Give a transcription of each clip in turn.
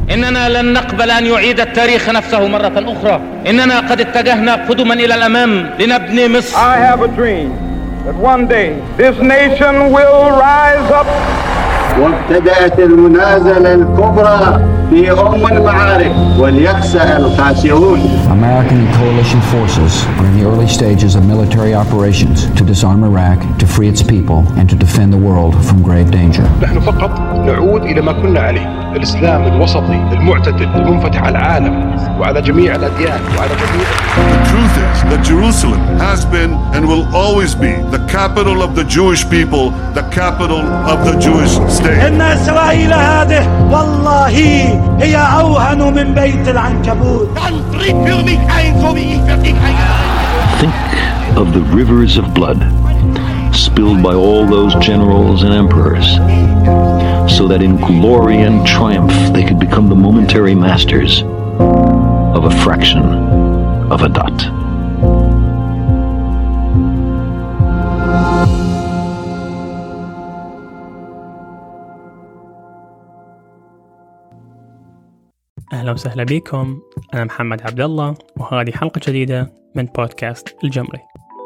إننا لن نقبل أن يعيد التاريخ نفسه مرة أخرى. إننا قد اتجهنا قدما إلى الأمام لنبني مصر. I have a dream that one day this nation will rise up. وابتدأت المنازلة الكبرى في المعارك وليخسأ الخاسرون. American coalition forces are in the early stages of military operations to disarm Iraq, to free its people, and to defend the world from grave danger. نحن فقط نعود إلى ما كنا عليه، الإسلام الوسطي المعتدل المنفتح على العالم وعلى جميع الأديان وعلى جميع. The truth is that Jerusalem has been and will always be the capital of the Jewish people, the capital of the Jewish state. إن إسرائيل هذه والله هي أوهن من بيت العنكبوت. Think of the rivers of blood spilled by all those generals and emperors, so that in glory and triumph they could become the momentary masters of a fraction of a dot. أهلا وسهلا بكم. أنا محمد عبد الله، وهذه حلقة جديدة من بودكاست الجمري.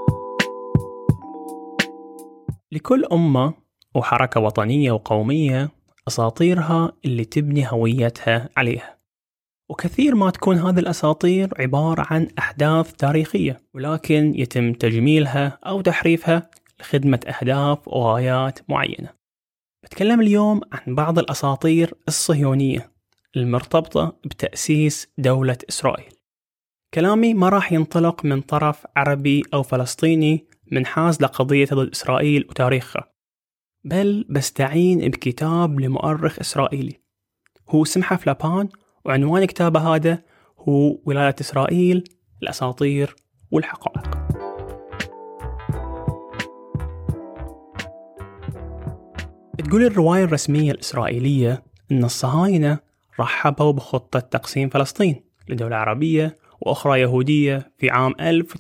لكل أمة وحركة وطنية وقومية أساطيرها اللي تبني هويتها عليها، وكثير ما تكون هذه الأساطير عبارة عن أحداث تاريخية، ولكن يتم تجميلها أو تحريفها لخدمة أهداف وغايات معينة. بتكلم اليوم عن بعض الأساطير الصهيونية المرتبطة بتأسيس دولة إسرائيل. كلامي ما راح ينطلق من طرف عربي أو فلسطيني منحاز لقضية ضد إسرائيل وتاريخها، بل بستعين بكتاب لمؤرخ إسرائيلي هو سمحة لابان، وعنوان كتابه هذا هو ولاية إسرائيل، الأساطير والحقائق. تقول الرواية الرسمية الإسرائيلية أن الصهاينة رحبوا بخطة تقسيم فلسطين لدولة عربية وأخرى يهودية في عام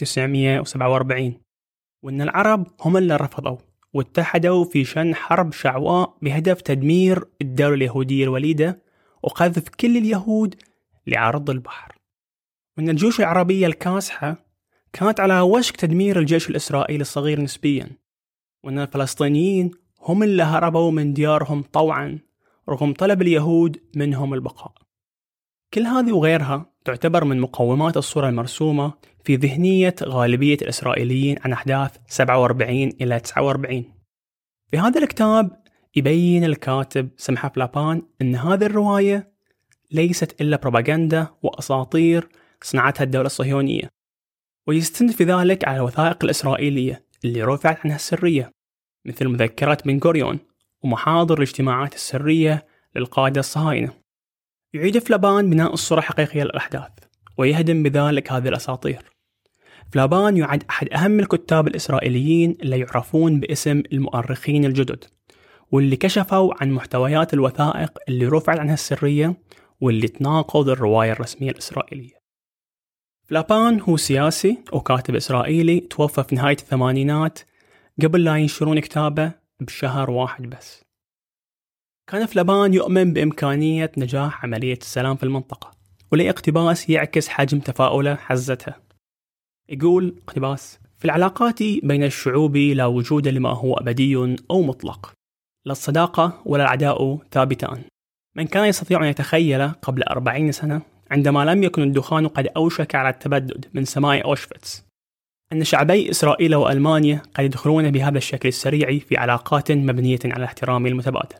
1947، وأن العرب هم اللي رفضوا واتحدوا في شن حرب شعواء بهدف تدمير الدولة اليهودية الوليدة وقذف كل اليهود لعرض البحر، وأن الجيوش العربية الكاسحة كانت على وشك تدمير الجيش الإسرائيلي الصغير نسبيا، وأن الفلسطينيين هم اللي هربوا من ديارهم طوعا رغم طلب اليهود منهم البقاء. كل هذه وغيرها تعتبر من مقومات الصورة المرسومة في ذهنية غالبية الإسرائيليين عن أحداث 47 إلى 49. في هذا الكتاب يبين الكاتب سمحة لابان أن هذه الرواية ليست إلا بروباغندا وأساطير صنعتها الدولة الصهيونية، ويستند في ذلك على الوثائق الإسرائيلية اللي رفعت عنها السرية، مثل مذكرات بن غوريون ومحاضر الاجتماعات السرية للقادة الصهاينة. يعيد فلابان بناء الصورة الحقيقية للأحداث ويهدم بذلك هذه الأساطير. فلابان يعد أحد أهم الكتاب الإسرائيليين اللي يعرفون باسم المؤرخين الجدد، واللي كشفوا عن محتويات الوثائق اللي رفعت عنها السرية واللي تناقض الرواية الرسمية الإسرائيلية. فلابان هو سياسي وكاتب إسرائيلي توفى في نهاية الثمانينات قبل لا ينشرون كتابه بشهر واحد بس. كان فلابان يؤمن بإمكانية نجاح عملية السلام في المنطقة، ولي اقتباس يعكس حجم تفاؤله حزتها. يقول اقتباس: في العلاقات بين الشعوب لا وجود لما هو أبدي أو مطلق، لا الصداقة ولا العداء ثابتان. من كان يستطيع أن يتخيل قبل 40 سنة عندما لم يكن الدخان قد أوشك على التبدد من سماء أوشفيتس أن شعبي إسرائيل وألمانيا قد يدخلون بهذا الشكل السريع في علاقات مبنية على الاحترام المتبادل.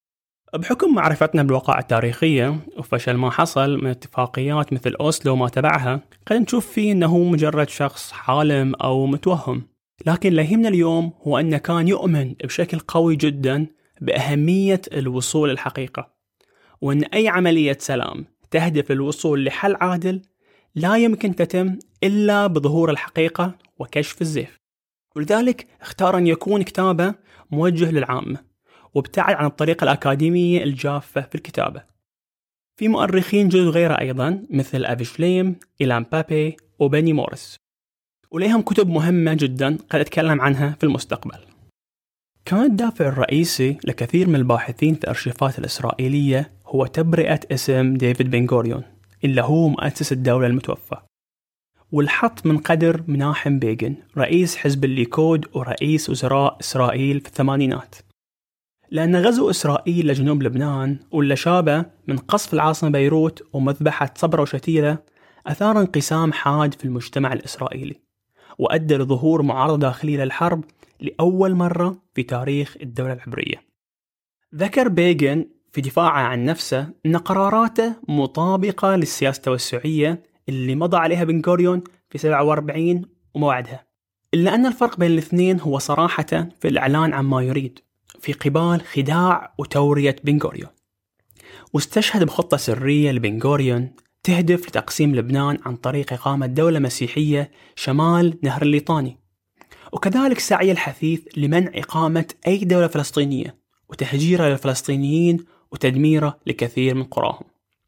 بحكم معرفتنا بالوقائع التاريخية وفشل ما حصل من اتفاقيات مثل أوسلو وما تبعها، قد نشوف فيه أنه مجرد شخص حالم أو متوهم، لكن اللي يهمنا اليوم هو أنه كان يؤمن بشكل قوي جدا بأهمية الوصول للحقيقة، وأن أي عملية سلام تهدف للوصول لحل عادل لا يمكن تتم إلا بظهور الحقيقة وكشف الزيف. ولذلك اختار أن يكون كتابه موجه للعامة، وابتعد عن الطريقة الأكاديمية الجافة في الكتابة. في مؤرخين جدد غيره أيضا مثل أفيشليم، إيلان بابي وبني موريس، وليهم كتب مهمة جدا قد أتكلم عنها في المستقبل. كان الدافع الرئيسي لكثير من الباحثين في الأرشيفات الإسرائيلية هو تبرئة اسم ديفيد بن غوريون اللي هو مؤسس الدولة المتوفى، والحط من قدر مناحم بيغن رئيس حزب الليكود ورئيس وزراء إسرائيل في الثمانينات، لأن غزو إسرائيل لجنوب لبنان واللي شابه من قصف العاصمة بيروت ومذبحة صبرا وشتيلة أثار انقسام حاد في المجتمع الإسرائيلي، وأدى لظهور معارضة داخلية للحرب لأول مرة في تاريخ الدولة العبرية. ذكر بيغن في دفاعه عن نفسه أن قراراته مطابقة للسياسة التوسعية اللي مضى عليها بن غوريون في 47 وموعدها، إلا أن الفرق بين الاثنين هو صراحة في الإعلان عن ما يريد في قبال خداع وتورية بن غوريون. واستشهد بخطة سرية لبن غوريون تهدف لتقسيم لبنان عن طريق إقامة دولة مسيحية شمال نهر الليطاني، وكذلك سعي الحثيث لمنع إقامة أي دولة فلسطينية وتهجيرها للفلسطينيين وتدميره لكثير من قراهم.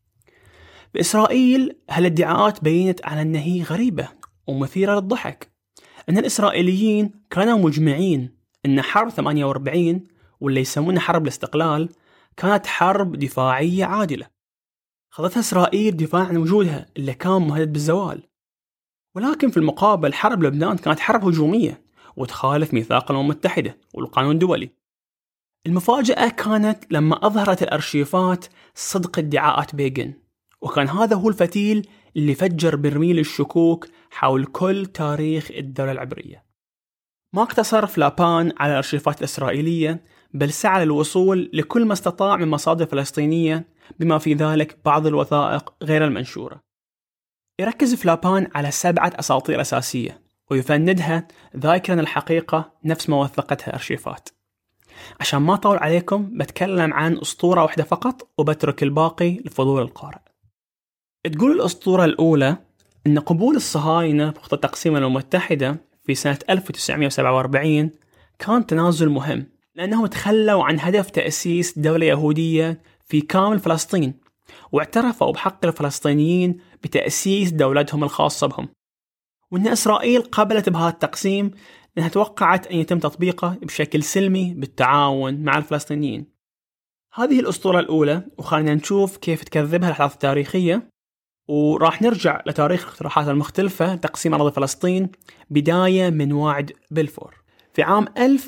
بإسرائيل هالادعاءات بينت على أنها غريبة ومثيرة للضحك، أن الإسرائيليين كانوا مجمعين أن حرب 48 واللي يسمونها حرب الاستقلال كانت حرب دفاعية عادلة خضتها إسرائيل دفاع عن وجودها اللي كان مهدد بالزوال، ولكن في المقابل حرب لبنان كانت حرب هجومية وتخالف ميثاق الأمم المتحدة والقانون الدولي. المفاجأة كانت لما أظهرت الأرشيفات صدق ادعاءات بيغن، وكان هذا هو الفتيل اللي فجر برميل الشكوك حول كل تاريخ الدولة العبرية. ما اقتصر فلابان على الأرشيفات الإسرائيلية، بل سعى للوصول لكل ما استطاع من مصادر فلسطينية بما في ذلك بعض الوثائق غير المنشورة. يركز فلابان على 7 أساطير أساسية ويفندها ذاكرا الحقيقة نفس ما وثقتها أرشيفات. عشان ما أطول عليكم بتكلم عن أسطورة واحدة فقط وبترك الباقي لفضول القارئ. تقول الأسطورة الأولى أن قبول الصهاينة بخطة تقسيم الأمم المتحدة في سنة 1947 كان تنازل مهم، لأنهم تخلوا عن هدف تأسيس دولة يهودية في كامل فلسطين، واعترفوا بحق الفلسطينيين بتأسيس دولتهم الخاصة بهم، وأن إسرائيل قبلت بهذا التقسيم لأنها توقعت أن يتم تطبيقه بشكل سلمي بالتعاون مع الفلسطينيين. هذه الأسطورة الأولى، وخلينا نشوف كيف تكذبها الأحداث التاريخية، وراح نرجع لتاريخ الاقتراحات المختلفة لتقسيم أراضي فلسطين بداية من وعد بلفور. في عام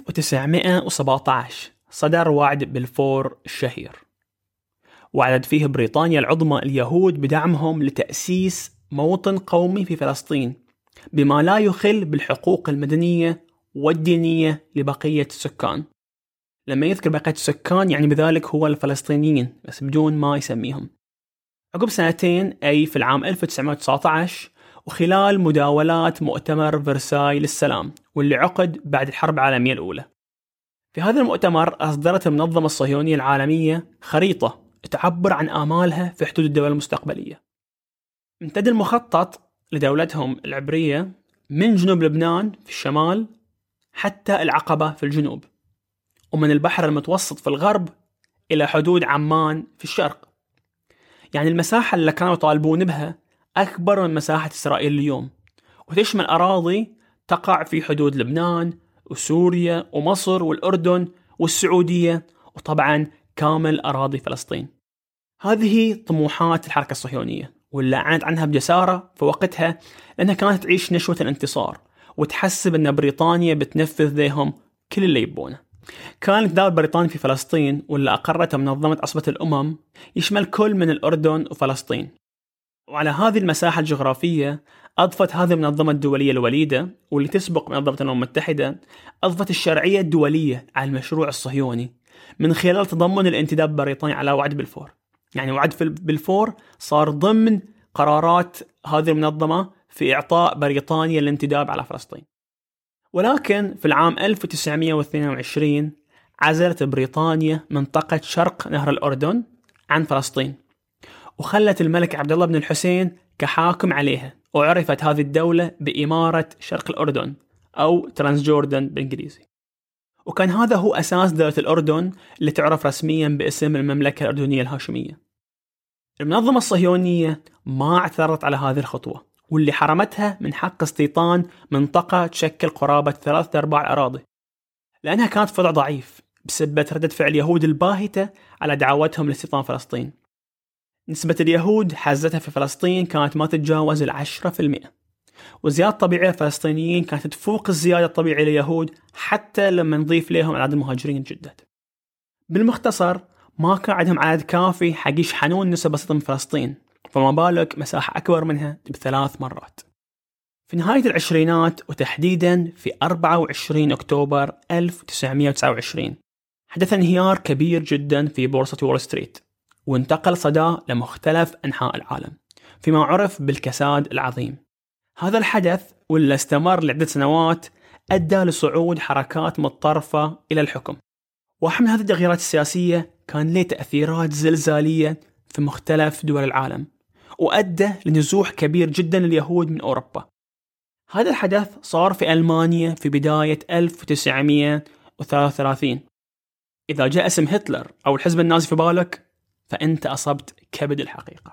1917 صدر وعد بلفور الشهير، وعدت فيه بريطانيا العظمى اليهود بدعمهم لتأسيس موطن قومي في فلسطين بما لا يخل بالحقوق المدنية والدينية لبقية السكان. لما يذكر بقية السكان يعني بذلك هو الفلسطينيين بس بدون ما يسميهم. عقب سنتين أي في العام 1919 وخلال مداولات مؤتمر فرساي للسلام واللي عقد بعد الحرب العالمية الأولى، في هذا المؤتمر أصدرت المنظمة الصهيونية العالمية خريطة تعبر عن آمالها في حدود الدولة المستقبلية. امتد المخطط لدولتهم العبرية من جنوب لبنان في الشمال حتى العقبة في الجنوب، ومن البحر المتوسط في الغرب إلى حدود عمان في الشرق. يعني المساحة اللي كانوا يطالبون بها أكبر من مساحة إسرائيل اليوم، وتشمل أراضي تقع في حدود لبنان وسوريا ومصر والأردن والسعودية، وطبعا كامل أراضي فلسطين. هذه طموحات الحركة الصهيونية، واللي أعلنت عنها بجسارة في وقتها لأنها كانت تعيش نشوة الانتصار وتحسب أن بريطانيا بتنفذ لهم كل اللي يبونه. كانت دولة بريطانيا في فلسطين واللي أقرتها منظمة عصبة الأمم يشمل كل من الأردن وفلسطين. وعلى هذه المساحة الجغرافية أضفت هذه المنظمة الدولية الوليدة واللي تسبق منظمة الأمم المتحدة، أضفت الشرعية الدولية على المشروع الصهيوني من خلال تضمن الانتداب بريطاني على وعد بلفور. يعني وعد بلفور صار ضمن قرارات هذه المنظمة في إعطاء بريطانيا الانتداب على فلسطين. ولكن في العام 1922 عزلت بريطانيا منطقة شرق نهر الأردن عن فلسطين، وخلت الملك عبد الله بن الحسين كحاكم عليها، وعرفت هذه الدولة بإمارة شرق الأردن أو ترانس جوردن بالإنجليزي. وكان هذا هو أساس دولة الأردن اللي تعرف رسميا باسم المملكة الأردنية الهاشمية. المنظمة الصهيونية ما اعترضت على هذه الخطوة، واللي حرمتها من حق استيطان منطقة تشكل قرابة 3/4 الأراضي، لأنها كانت في وضع ضعيف بسبب ردة فعل اليهود الباهتة على دعوتهم لاستيطان فلسطين. نسبة اليهود حازتها في فلسطين كانت ما تتجاوز 10%، وزيادة طبيعية الفلسطينيين كانت تفوق الزيادة الطبيعية لليهود حتى لما نضيف لهم عدد المهاجرين الجدد. بالمختصر ما كان عندهم عدد كافي حق يشحنون نسبة بسيطة من فلسطين، فما بالك مساحة أكبر منها ب3 مرات. في نهاية العشرينات وتحديدا في 24 أكتوبر 1929 حدث انهيار كبير جدا في بورصة وول ستريت، وانتقل صداه لمختلف أنحاء العالم فيما عرف بالكساد العظيم. هذا الحدث واللي استمر لعدة سنوات أدى لصعود حركات متطرفة إلى الحكم، واحد من هذه التغييرات السياسية كان له تأثيرات زلزالية في مختلف دول العالم، وأدى لنزوح كبير جدا لليهود من أوروبا. هذا الحدث صار في ألمانيا في بداية 1933. إذا جاء اسم هتلر أو الحزب النازي في بالك فأنت أصبت كبد الحقيقة.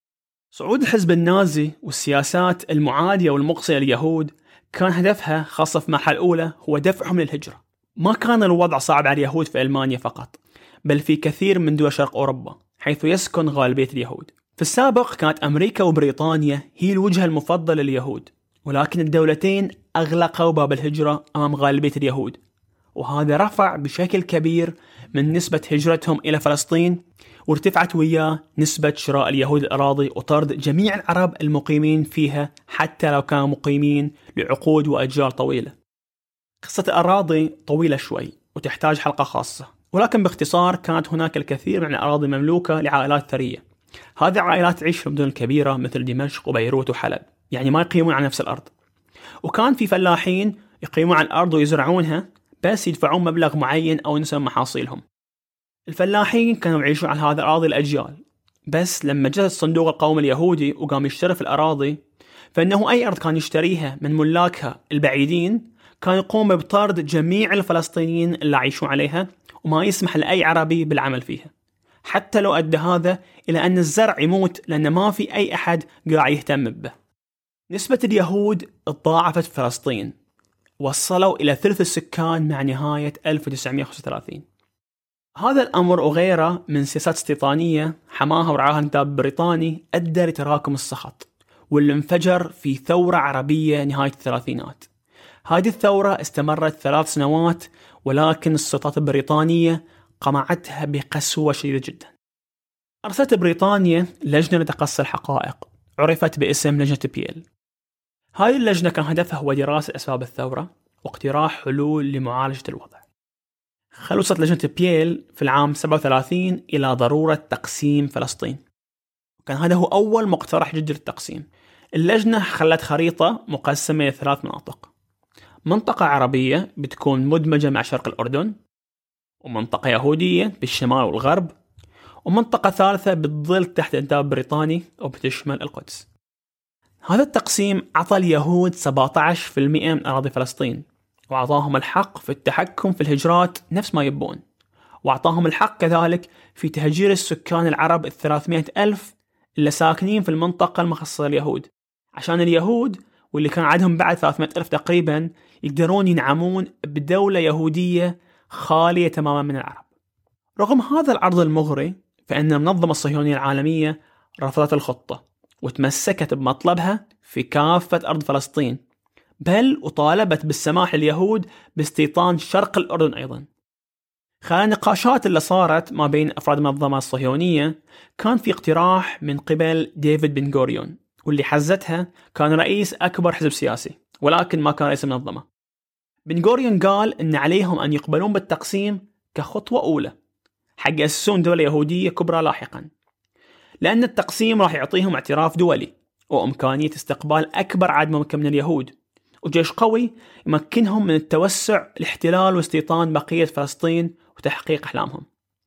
صعود الحزب النازي والسياسات المعادية والمقصية لليهود كان هدفها خاصة في المرحلة الأولى هو دفعهم للهجرة. ما كان الوضع صعب على اليهود في ألمانيا فقط، بل في كثير من دول شرق أوروبا حيث يسكن غالبية اليهود. في السابق كانت أمريكا وبريطانيا هي الوجهة المفضلة لليهود، ولكن الدولتين أغلقوا باب الهجرة أمام غالبية اليهود، وهذا رفع بشكل كبير من نسبة هجرتهم إلى فلسطين، وارتفعت وياه نسبة شراء اليهود الأراضي وطرد جميع العرب المقيمين فيها حتى لو كانوا مقيمين لعقود وأجيال طويلة. قصة الأراضي طويلة شوي وتحتاج حلقة خاصة، ولكن باختصار كانت هناك الكثير من الأراضي مملوكة لعائلات ثرية. هذه العائلات تعيش في المدن الكبيرة مثل دمشق وبيروت وحلب، يعني ما يقيمون على نفس الأرض. وكان في فلاحين يقيمون على الأرض ويزرعونها بس يدفعون مبلغ معين أو نسبة محاصيلهم. الفلاحين كانوا يعيشون على هذه الأراضي الأجيال، بس لما جاء الصندوق القومي اليهودي وقام يشتري في الأراضي، فإنه أي أرض كان يشتريها من ملاكها البعيدين كان يقوم بطرد جميع الفلسطينيين اللي يعيشون عليها، وما يسمح لأي عربي بالعمل فيها، حتى لو أدى هذا إلى أن الزرع يموت لأن ما في أي أحد قاعد يهتم به. نسبة اليهود تضاعفت في فلسطين، وصلوا إلى ثلث السكان مع نهاية 1935. هذا الأمر وغيره من سياسات استيطانية حماها ورعاها الانتداب البريطاني أدى لتراكم السخط، واللي انفجر في ثورة عربية نهاية الثلاثينات. هذه الثورة استمرت 3 سنوات، ولكن السلطات البريطانية قمعتها بقسوة شديدة جدا. أرسلت بريطانيا لجنة لتقصي الحقائق عرفت باسم لجنة بيل. هذه اللجنة كان هدفها هو دراسة أسباب الثورة واقتراح حلول لمعالجة الوضع. خلصت لجنة بيل في العام 37 إلى ضرورة تقسيم فلسطين، وكان هذا هو أول مقترح جدي للتقسيم. اللجنة خلت خريطة مقسمة إلى 3 مناطق: منطقة عربية بتكون مدمجة مع شرق الأردن، ومنطقة يهودية بالشمال والغرب، ومنطقة ثالثة بتظل تحت الانتداب البريطاني وبتشمل القدس. هذا التقسيم عطى اليهود 17% من أراضي فلسطين، وأعطاهم الحق في التحكم في الهجرات نفس ما يبون، وأعطاهم الحق كذلك في تهجير السكان العرب 300,000 اللي ساكنين في المنطقة المخصصة لليهود، عشان اليهود واللي كان عددهم بعد 300,000 تقريبا يقدرون ينعمون بدولة يهودية خالية تماما من العرب. رغم هذا العرض المغري، فإن المنظمة الصهيونية العالمية رفضت الخطة وتمسكت بمطلبها في كافة أرض فلسطين، بل وطالبت بالسماح لليهود باستيطان شرق الأردن أيضا. خلال النقاشات اللي صارت ما بين أفراد المنظمة الصهيونية كان في اقتراح من قبل ديفيد بن غوريون، واللي حزتها كان رئيس أكبر حزب سياسي ولكن ما كان رئيس المنظمة. بن غوريون قال إن عليهم أن يقبلون بالتقسيم كخطوة أولى حق يأسسون دولة يهودية كبرى لاحقا، لأن التقسيم راح يعطيهم اعتراف دولي وإمكانية استقبال أكبر عدد ممكن من اليهود، وجيش قوي يمكنهم من التوسع لاحتلال واستيطان بقية فلسطين وتحقيق أحلامهم.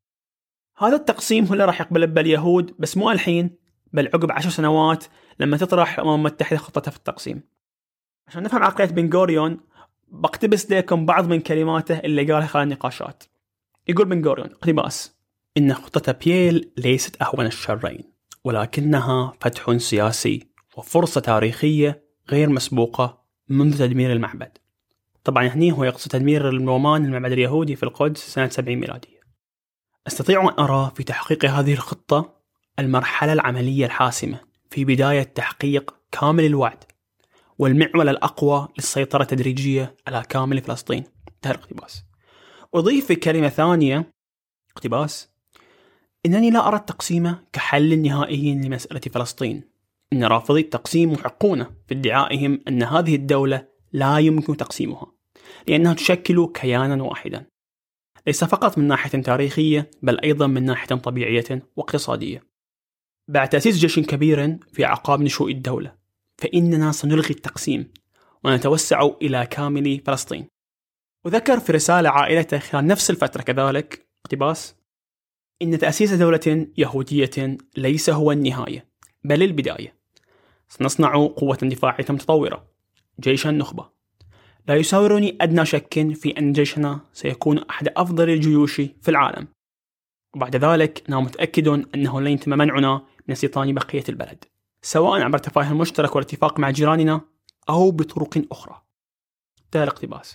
هذا التقسيم هو اللي راح يقبل به اليهود، بس مو الحين، بل عقب 10 سنوات لما تطرح الأمم المتحدة خطتها في التقسيم. عشان نفهم عقلية بن غوريون بقتبس لكم بعض من كلماته اللي قالها خلال النقاشات. يقول بن غوريون اقتباس: إن خطة بيل ليست أهون الشرين، ولكنها فتح سياسي وفرصة تاريخية غير مسبوقة منذ تدمير المعبد. طبعا هني هو يقصد تدمير الرومان المعبد اليهودي في القدس سنة 70 ميلادية. أستطيع أن أرى في تحقيق هذه الخطة المرحلة العملية الحاسمة في بداية تحقيق كامل الوعد والمعول الأقوى للسيطرة التدريجية على كامل فلسطين. انتهى الاقتباس. أضيف في كلمة ثانية اقتباس: إنني لا أرى التقسيم كحل نهائي لمسألة فلسطين. إن رافضي التقسيم محقون في ادعائهم أن هذه الدولة لا يمكن تقسيمها لأنها تشكل كيانا واحدا، ليس فقط من ناحية تاريخية بل أيضا من ناحية طبيعية واقتصادية. بعد تأسيس جيش كبير في أعقاب نشوء الدولة فإننا سنلغي التقسيم ونتوسع إلى كامل فلسطين. وذكر في رسالة عائلته خلال نفس الفترة كذلك اقتباس: إن تأسيس دولة يهودية ليس هو النهاية بل البداية. سنصنع قوة دفاعية متطورة، جيش النخبة. لا يساورني أدنى شك في أن جيشنا سيكون أحد أفضل الجيوش في العالم. وبعد ذلك أنا متأكد أنه لن يتم منعنا من استيطان بقية البلد، سواء عبر تفاهم مشترك والاتفاق مع جيراننا أو بطرق أخرى. انتهى الاقتباس.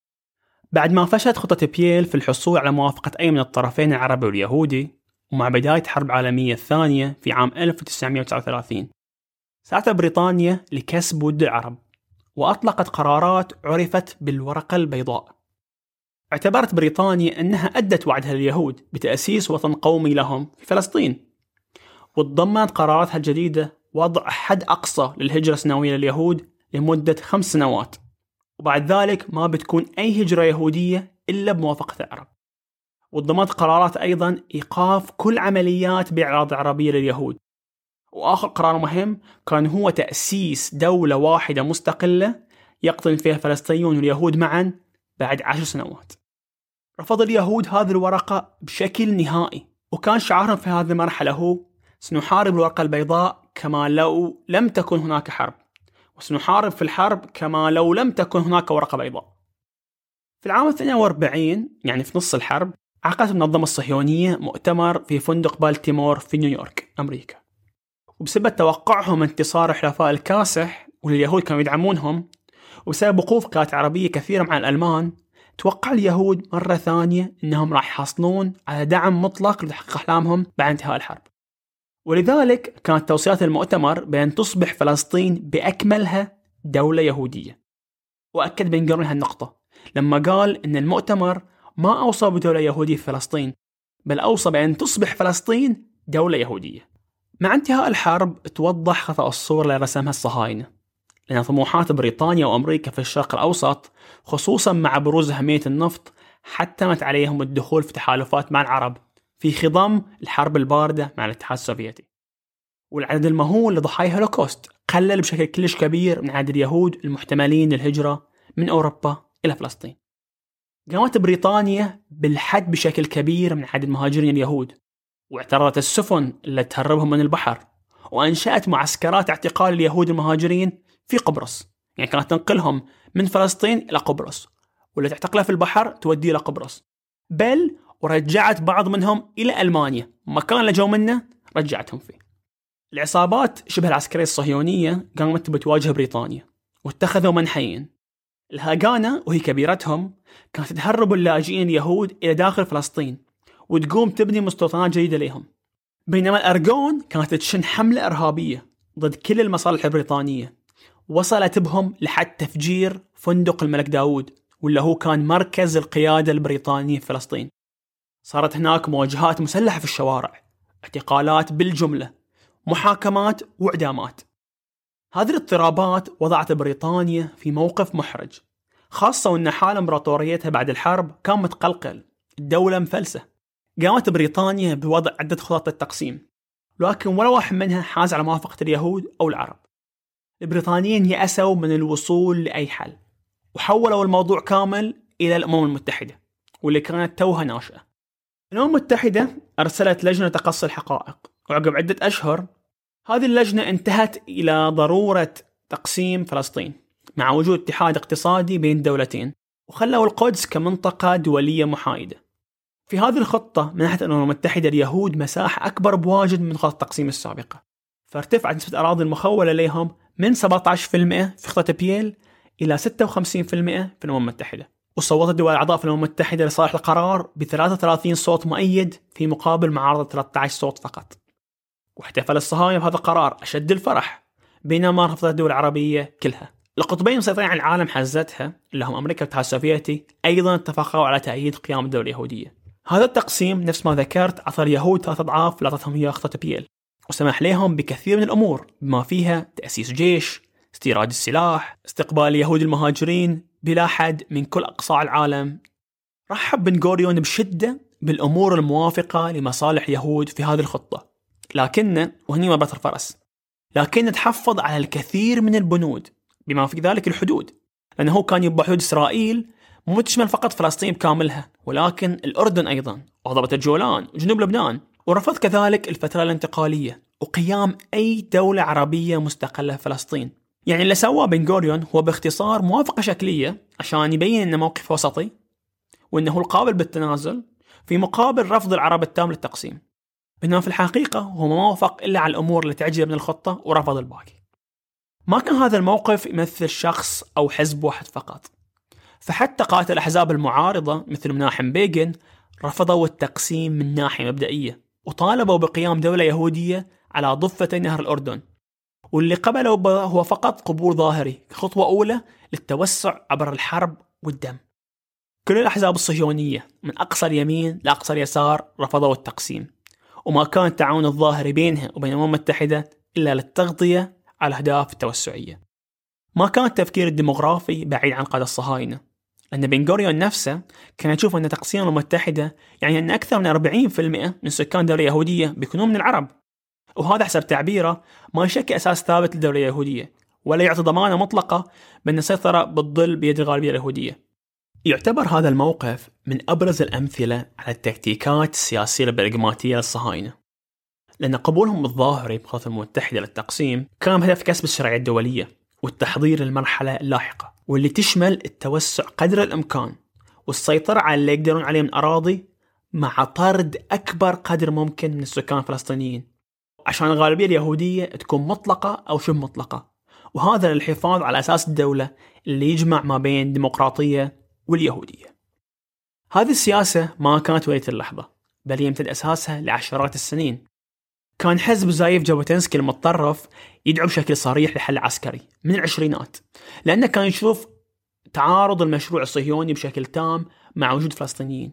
بعد ما فشلت خطة بييل في الحصول على موافقة أي من الطرفين العربي واليهودي، ومع بداية الحرب العالمية الثانية في عام 1939، سعت بريطانيا لكسب ود العرب وأطلقت قرارات عرفت بالورقة البيضاء. اعتبرت بريطانيا أنها أدت وعدها لليهود بتأسيس وطن قومي لهم في فلسطين، وتضمنت قراراتها الجديدة وضع حد أقصى للهجرة السنوية لليهود لمدة 5 سنوات، وبعد ذلك ما بتكون أي هجرة يهودية إلا بموافقة العرب. وضمنت قرارات أيضا إيقاف كل عمليات بيع الأراضي العربية لليهود. وآخر قرار مهم كان هو تأسيس دولة واحدة مستقلة يقتل فيها الفلسطينيون واليهود معا بعد 10 سنوات. رفض اليهود هذه الورقة بشكل نهائي، وكان شعارهم في هذه المرحلة هو: سنحارب الورقة البيضاء كما لو لم تكن هناك حرب، وسنحارب في الحرب كما لو لم تكن هناك ورقة بيضاء. في العام 42 يعني في نص الحرب، عقدت المنظمة الصهيونية مؤتمر في فندق بالتيمور في نيويورك أمريكا، وبسبب توقعهم انتصار حلفاء الكاسح واليهود كانوا يدعمونهم، وبسبب وقوف قوات عربية كثيرة مع الألمان، توقع اليهود مرة ثانية أنهم راح يحصلون على دعم مطلق لتحقيق أحلامهم بعد انتهاء الحرب. ولذلك كانت توصيات المؤتمر بأن تصبح فلسطين بأكملها دولة يهودية. وأكد بن جوريون هالنقطة لما قال أن المؤتمر ما أوصى بدولة يهودية في فلسطين، بل أوصى بأن تصبح فلسطين دولة يهودية. مع انتهاء الحرب توضح خطأ الصورة اللي رسمها الصهاينة، لأن طموحات بريطانيا وأمريكا في الشرق الأوسط خصوصا مع بروز أهمية النفط حتمت عليهم الدخول في تحالفات مع العرب في خضم الحرب الباردة مع الاتحاد السوفيتي. والعدد المهول لضحايا الهولوكوست قلل بشكل كلش كبير من عدد اليهود المحتملين للهجرة من أوروبا إلى فلسطين. قامت بريطانيا بالحد بشكل كبير من عدد المهاجرين اليهود، واعترضت السفن اللي تهربهم من البحر، وأنشأت معسكرات اعتقال اليهود المهاجرين في قبرص، يعني كانت تنقلهم من فلسطين إلى قبرص، واللي تعتقله في البحر توديه إلى قبرص. بل ورجعت بعض منهم إلى ألمانيا، مكان اللي جو منه رجعتهم فيه. العصابات شبه العسكرية الصهيونية قامت بتواجه بريطانيا، واتخذوا منحيين. الهاغانا وهي كبيرتهم كانت تهرب اللاجئين اليهود إلى داخل فلسطين وتقوم تبني مستوطنات جديدة لهم، بينما الأرغون كانت تشن حملة إرهابية ضد كل المصالح البريطانية وصلت بهم لحد تفجير فندق الملك داود، واللي هو كان مركز القيادة البريطانية في فلسطين. صارت هناك مواجهات مسلحة في الشوارع، اعتقالات بالجملة، محاكمات وإعدامات. هذه الاضطرابات وضعت بريطانيا في موقف محرج، خاصة وأن حال إمبراطوريتها بعد الحرب كان متقلقل، الدولة مفلسة. قامت بريطانيا بوضع عدة خطط للتقسيم، لكن ولا واحد منها حاز على موافقة اليهود أو العرب. البريطانيين يأسوا من الوصول لأي حل، وحولوا الموضوع كامل إلى الأمم المتحدة، واللي كانت توها ناشئة. الأمم المتحدة أرسلت لجنة تقصي الحقائق، وعقب عدة أشهر هذه اللجنة انتهت إلى ضرورة تقسيم فلسطين مع وجود اتحاد اقتصادي بين الدولتين، وخلوا القدس كمنطقة دولية محايدة. في هذه الخطة منحت الأمم المتحدة اليهود مساحة أكبر بواجد من خطة التقسيم السابقة، فارتفعت نسبة الأراضي المخولة لهم من 17% في خطة بييل إلى 56% في الأمم المتحدة. وصوتت الدول الأعضاء في الأمم المتحدة لصالح القرار ب33 صوت مؤيد في مقابل معارضة 13 صوت فقط. واحتفل الصهاينة بهذا القرار أشد الفرح، بينما رفضت الدول العربية كلها. القطبين المسيطرين على العالم حزتها اللي هم أمريكا والاتحاد السوفيتي أيضا اتفقوا على تأييد قيام الدولة اليهودية. هذا التقسيم نفس ما ذكرت أعطى اليهود 3 أضعاف اللي أعطتهم إياه خطة بيل، وسمح لهم بكثير من الأمور بما فيها تأسيس جيش، استيراد السلاح، استقبال اليهود المهاجرين بلا حد من كل أقصاء العالم. رحب بن غوريون بشدة بالأمور الموافقة لمصالح اليهود في هذه الخطة، لكن وهني مربط الفرس، لكن تحفظ على الكثير من البنود بما في ذلك الحدود، لأنه كان يبقى حدود إسرائيل مو تشمل فقط فلسطين بكاملها، ولكن الأردن أيضا وهضبة الجولان وجنوب لبنان، ورفض كذلك الفترة الانتقالية وقيام أي دولة عربية مستقلة في فلسطين. يعني اللي سواه بن غوريون هو باختصار موافقة شكلية عشان يبين أنه موقف وسطي وأنه القابل بالتنازل في مقابل رفض العرب التام للتقسيم، بينما في الحقيقة هو ما وافق إلا على الأمور اللي تعجب من الخطة ورفض الباقي. ما كان هذا الموقف يمثل شخص أو حزب واحد فقط، فحتى قادة الأحزاب المعارضة مثل مناحم بيغن رفضوا التقسيم من ناحية مبدئية، وطالبوا بقيام دولة يهودية على ضفتي نهر الأردن، واللي قبلوا هو فقط قبول ظاهري كخطوة أولى للتوسع عبر الحرب والدم. كل الأحزاب الصهيونية من أقصى اليمين لأقصى اليسار رفضوا التقسيم، وما كان التعاون الظاهري بينها وبين الأمم المتحدة إلا للتغطية على الأهداف التوسعية. ما كان التفكير الديموغرافي بعيد عن قادة الصهاينة، لأن بن غوريون نفسه كان يشوف أن تقسيم الأمم المتحدة يعني أن أكثر من 40% من سكان دولة يهودية بيكونون من العرب، وهذا حسب تعبيره ما يشكل أساس ثابت للدولة اليهودية ولا يعطي ضمانة مطلقة بأن السيطرة بالظل بيد الغالبية اليهودية. يعتبر هذا الموقف من أبرز الأمثلة على التكتيكات السياسية البراغماتية للصهاينة، لأن قبولهم الظاهري بخطة الأمم المتحدة للتقسيم كان بهدف كسب الشرعية الدولية والتحضير للمرحلة اللاحقة، واللي تشمل التوسع قدر الإمكان والسيطرة على اللي يقدرون عليه من أراضي مع طرد أكبر قدر ممكن من السكان الفلسطينيين عشان الغالبية اليهودية تكون مطلقة أو شبه مطلقة، وهذا للحفاظ على أساس الدولة اللي يجمع ما بين الديمقراطية واليهودية. هذه السياسة ما كانت وليدة اللحظة، بل يمتد أساسها لعشرات السنين. كان حزب زايف جابوتينسكي المتطرف يدعو بشكل صريح لحل عسكري من العشرينات، لأنه كان يشوف تعارض المشروع الصهيوني بشكل تام مع وجود فلسطينيين.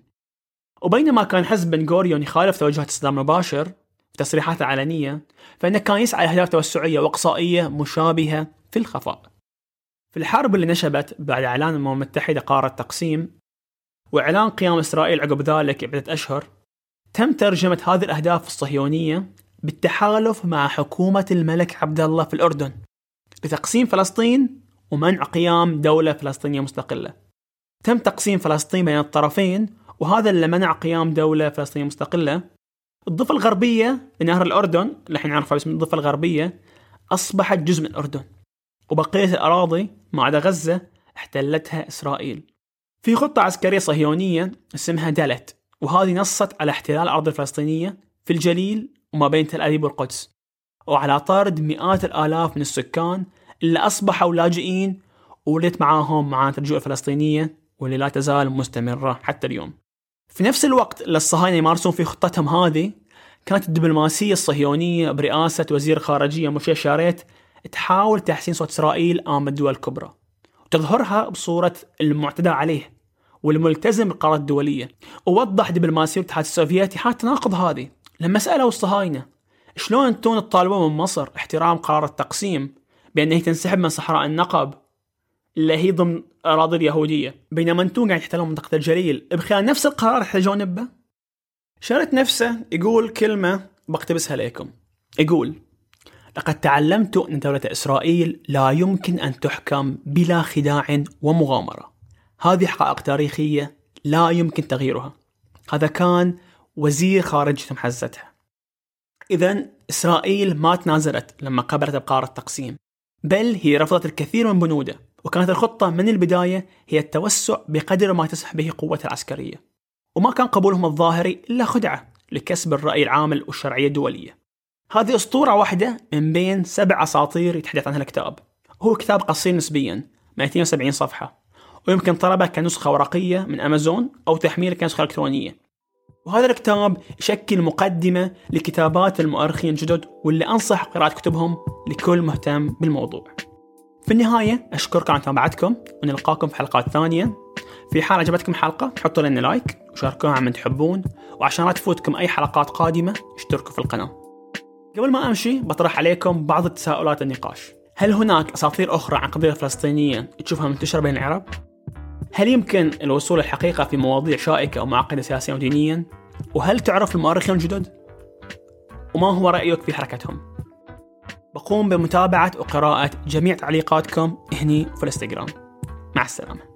وبينما كان حزب بن غوريون يخالف توجهات السلام المباشر في تصريحاته العلنية، فإنه كان يسعى لأهداف توسعية وإقصائية مشابهة في الخفاء. في الحرب اللي نشبت بعد إعلان الأمم المتحدة قرار التقسيم وإعلان قيام إسرائيل عقب ذلك بعدة أشهر، تم ترجمة هذه الأهداف الصهيونية بالتحالف مع حكومة الملك عبد الله في الأردن لتقسيم فلسطين ومنع قيام دولة فلسطينية مستقلة. تم تقسيم فلسطين بين الطرفين، وهذا اللي منع قيام دولة فلسطينية مستقلة. الضفة الغربية لنهر الأردن اللي احنا نعرفها باسم الضفة الغربية أصبحت جزء من الأردن، وبقية الأراضي ما عدا غزة احتلتها إسرائيل في خطة عسكرية صهيونية اسمها دالت، وهذه نصت على احتلال الأرض الفلسطينية في الجليل وما بين تل أبيب والقدس، وعلى طرد مئات الآلاف من السكان اللي أصبحوا لاجئين وولدت معاهم معاناة الرجوع الفلسطينية واللي لا تزال مستمرة حتى اليوم. في نفس الوقت اللي الصهاينة يمارسون في خطتهم هذه، كانت الدبلوماسية الصهيونية برئاسة وزير خارجية موشي شاريت تحاول تحسين صوت إسرائيل أمام الدول الكبرى وتظهرها بصورة المعتدى عليه والملتزم بالقرارات الدولية. ووضح دبلوماسية الاتحاد السوفيتي حال تناقض هذه لما سألوا الصهاينة شلون أنتون تطالبون من مصر احترام قرار التقسيم بأنه تنسحب من صحراء النقب اللي هي ضمن أراضي اليهودية، بينما أنتون قاعد تحتلون منطقة الجليل بخلال نفس القرار يحتاجون به. شارت نفسه يقول كلمة بقتبسها لكم، يقول: لقد تعلمت أن دولة إسرائيل لا يمكن أن تحكم بلا خداع ومغامرة. هذه حقائق تاريخية لا يمكن تغييرها. هذا كان وزير خارجية حزتها. إذن إسرائيل ما تنازلت لما قبلت بقرار التقسيم، بل هي رفضت الكثير من بنوده، وكانت الخطة من البداية هي التوسع بقدر ما تسمح به قوتها العسكرية، وما كان قبولهم الظاهري إلا خدعة لكسب الرأي العام والشرعية الدولية. هذه أسطورة واحدة من بين 7 أساطير يتحدث عنها الكتاب. هو كتاب قصير نسبيا 270 صفحة، ويمكن طلبه كنسخة ورقية من أمازون أو تحميله كنسخة إلكترونية. وهذا الكتاب يشكل مقدمة لكتابات المؤرخين الجدد واللي أنصح قراءة كتبهم لكل مهتم بالموضوع. في النهاية أشكركم على متابعتكم ونلقاكم في حلقات ثانية. في حال عجبتكم الحلقة حطوا لنا لايك وشاركوها مع من تحبون، وعشان لا تفوتكم أي حلقات قادمة اشتركوا في القناة. قبل ما أمشي بطرح عليكم بعض التساؤلات النقاش. هل هناك أساطير أخرى عن قضية فلسطينية تشوفها منتشرة بين العرب؟ هل يمكن الوصول للحقيقة في مواضيع شائكة ومعقدة سياسيا ودينيا؟ وهل تعرف المؤرخين الجدد؟ وما هو رأيك في حركتهم؟ بقوم بمتابعة وقراءة جميع تعليقاتكم هني في الانستغرام. مع السلامة.